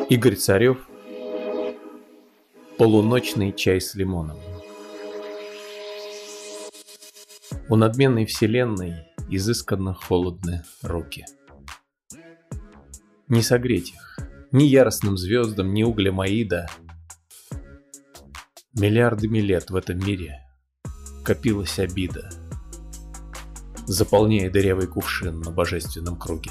Игорь Царев. Полуночный чай с лимоном. У надменной вселенной изысканно холодны руки. Не согреть их ни яростным звездам, ни углем Аида. Миллиардами лет в этом мире копилась обида, заполняя дырявый кувшин на божественном круге.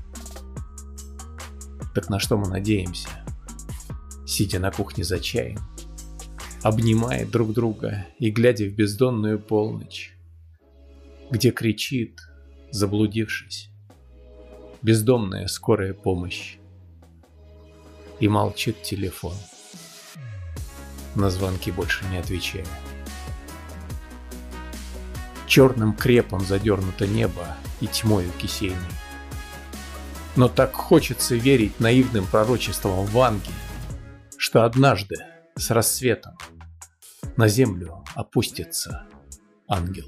Так на что мы надеемся, сидя на кухне за чаем, обнимая друг друга и глядя в бездонную полночь, где кричит, заблудившись, бездомная скорая помощь, и молчит телефон, на звонки больше не отвечая. Черным крепом задернуто небо и тьмою кисейной. Но так хочется верить наивным пророчествам Ванги, что однажды с рассветом на землю опустится ангел.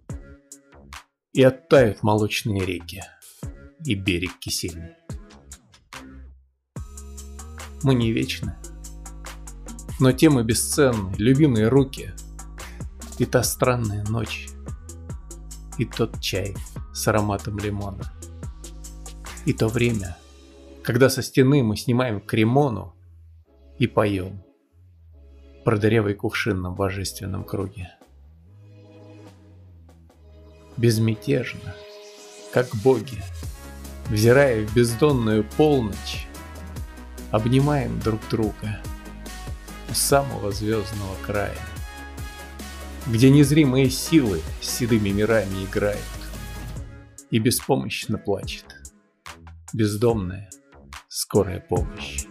И оттают молочные реки и берег кисельный. Мы не вечны, но темы бесценны, любимые руки, и та странная ночь, и тот чай с ароматом лимона. И то время, когда со стены мы снимаем кремону и поем про дырявый кувшин на божественном круге. Безмятежно, как боги, взирая в бездонную полночь, обнимаем друг друга у самого звездного края, где незримые силы с седыми мирами играют, и беспомощно плачет бездомная скорая помощь.